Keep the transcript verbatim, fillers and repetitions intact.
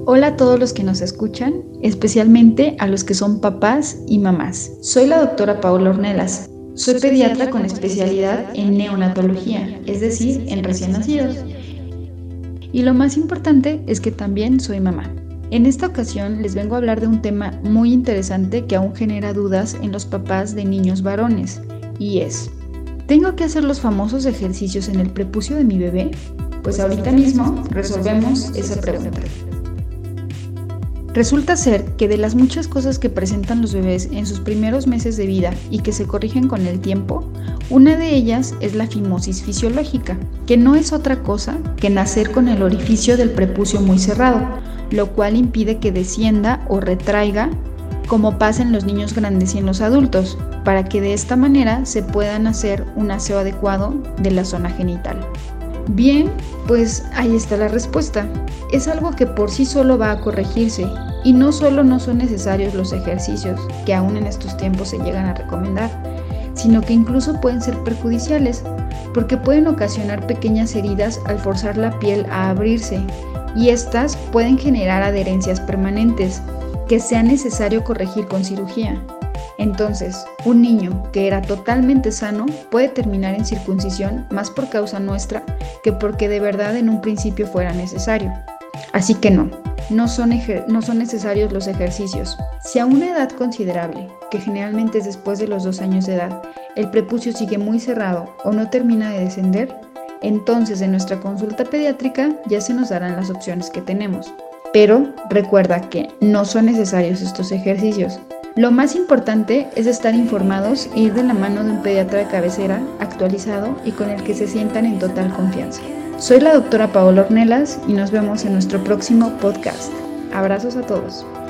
Hola a todos los que nos escuchan, especialmente a los que son papás y mamás. Soy la doctora Paola Ornelas. Soy pediatra con especialidad en neonatología, es decir, en recién nacidos. Y lo más importante es que también soy mamá. En esta ocasión les vengo a hablar de un tema muy interesante que aún genera dudas en los papás de niños varones, y es: ¿tengo que hacer los famosos ejercicios en el prepucio de mi bebé? Pues ahorita mismo resolvemos esa pregunta. Resulta ser que de las muchas cosas que presentan los bebés en sus primeros meses de vida y que se corrigen con el tiempo, una de ellas es la fimosis fisiológica, que no es otra cosa que nacer con el orificio del prepucio muy cerrado, lo cual impide que descienda o retraiga como pasa en los niños grandes y en los adultos, para que de esta manera se pueda hacer un aseo adecuado de la zona genital. Bien, pues ahí está la respuesta. Es algo que por sí solo va a corregirse, y no solo no son necesarios los ejercicios, que aún en estos tiempos se llegan a recomendar, sino que incluso pueden ser perjudiciales, porque pueden ocasionar pequeñas heridas al forzar la piel a abrirse, y estas pueden generar adherencias permanentes, que sea necesario corregir con cirugía. Entonces, un niño que era totalmente sano puede terminar en circuncisión más por causa nuestra que porque de verdad en un principio fuera necesario. Así que no, no son, ejer- no son necesarios los ejercicios. Si a una edad considerable, que generalmente es después de los dos años de edad, el prepucio sigue muy cerrado o no termina de descender, entonces en nuestra consulta pediátrica ya se nos darán las opciones que tenemos. Pero recuerda que no son necesarios estos ejercicios. Lo más importante es estar informados e ir de la mano de un pediatra de cabecera actualizado y con el que se sientan en total confianza. Soy la doctora Paola Ornelas y nos vemos en nuestro próximo podcast. Abrazos a todos.